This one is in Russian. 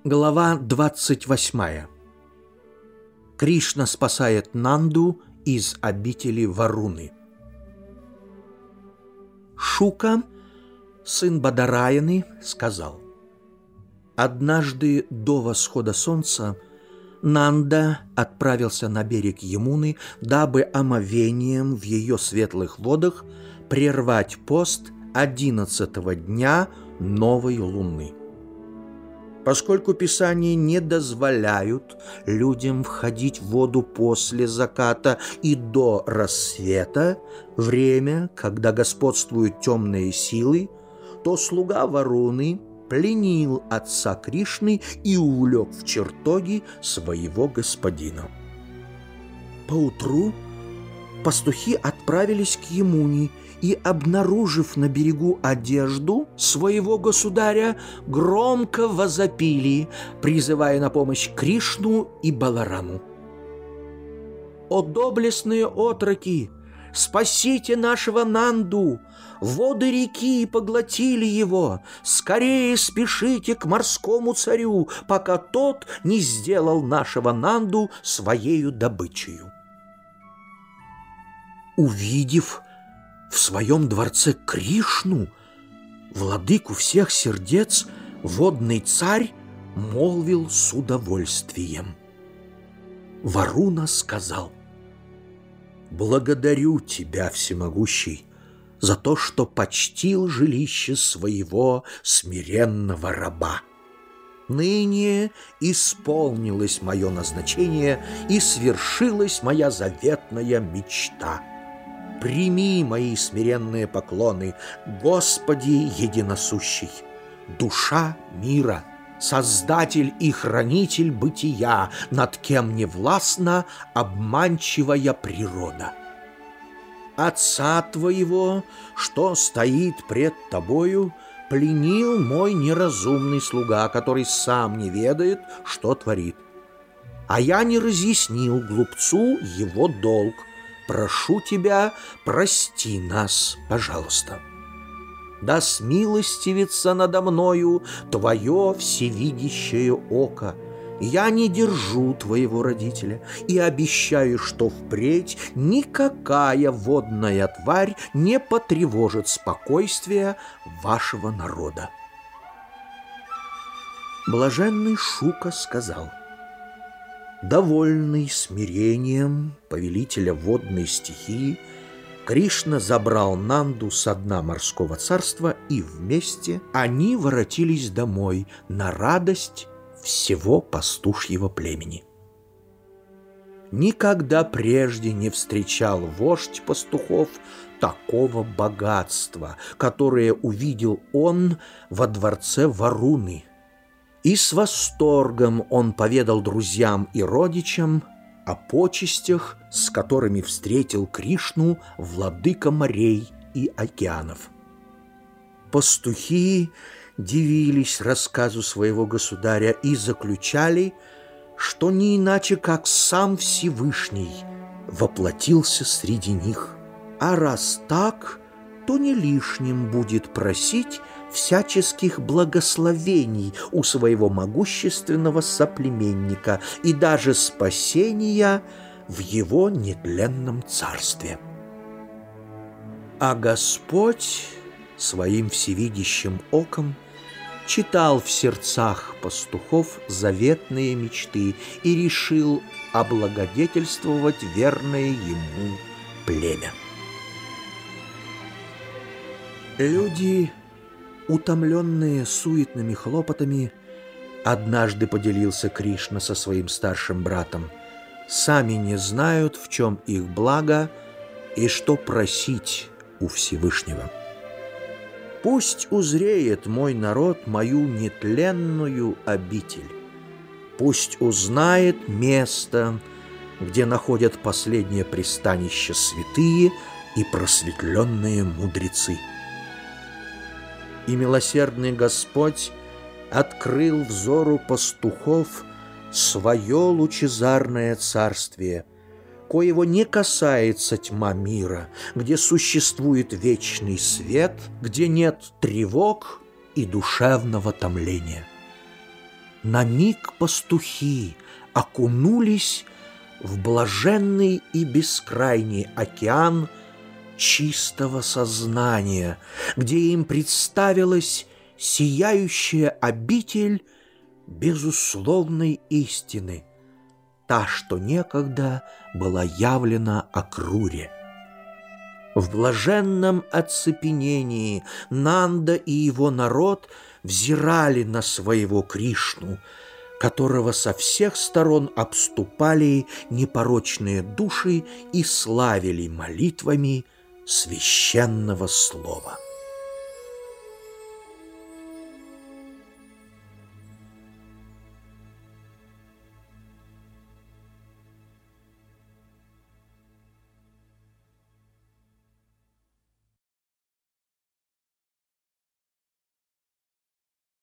Глава 28. Кришна спасает Нанду из обители Варуны. Шука, сын Бадараяны, сказал: однажды до восхода солнца Нанда отправился на берег Ямуны, дабы омовением в ее светлых водах прервать пост 11-го дня новой луны. Поскольку Писания не дозволяют людям входить в воду после заката и до рассвета, время, когда господствуют темные силы, то слуга Варуны пленил отца Кришны и увлек в чертоги своего господина. Поутру пастухи отправились к Ямуне и, обнаружив на берегу одежду своего государя, громко возопили, призывая на помощь Кришну и Балараму. «О доблестные отроки! Спасите нашего Нанду! Воды реки поглотили его! Скорее спешите к морскому царю, пока тот не сделал нашего Нанду своею добычею!» Увидев в своем дворце Кришну, владыку всех сердец, водный царь молвил с удовольствием. Варуна сказал: «Благодарю тебя, всемогущий, за то, что почтил жилище своего смиренного раба. Ныне исполнилось мое назначение и свершилась моя заветная мечта. Прими мои смиренные поклоны, Господи единосущий, душа мира, Создатель и хранитель бытия, над кем не властна обманчивая природа. Отца твоего, что стоит пред тобою, пленил мой неразумный слуга, который сам не ведает, что творит. А я не разъяснил глупцу его долг. Прошу тебя, прости нас, пожалуйста. Да смилостивится надо мною твое всевидящее око. Я не держу твоего родителя и обещаю, что впредь никакая водная тварь не потревожит спокойствия вашего народа. Блаженный Шука сказал: довольный смирением повелителя водной стихии, Кришна забрал Нанду со дна морского царства, и вместе они воротились домой на радость всего пастушьего племени. Никогда прежде не встречал вождь пастухов такого богатства, которое увидел он во дворце Варуны. И с восторгом он поведал друзьям и родичам о почестях, с которыми встретил Кришну владыка морей и океанов. Пастухи дивились рассказу своего государя и заключали, что не иначе, как сам Всевышний воплотился среди них. А раз так, то не лишним будет просить всяческих благословений у своего могущественного соплеменника и даже спасения в его нетленном царстве. А Господь своим всевидящим оком читал в сердцах пастухов заветные мечты и решил облагодетельствовать верное ему племя. Люди, утомленные суетными хлопотами, однажды поделился Кришна со своим старшим братом, сами не знают, в чем их благо и что просить у Всевышнего. Пусть узреет мой народ мою нетленную обитель, пусть узнает место, где находят последнее пристанище святые и просветленные мудрецы. И милосердный Господь открыл взору пастухов свое лучезарное царствие, коего не касается тьма мира, где существует вечный свет, где нет тревог и душевного томления. На миг пастухи окунулись в блаженный и бескрайний океан чистого сознания, где им представилась сияющая обитель безусловной истины, та, что некогда была явлена Акруре. В блаженном оцепенении Нанда и его народ взирали на своего Кришну, которого со всех сторон обступали непорочные души и славили молитвами священного слова.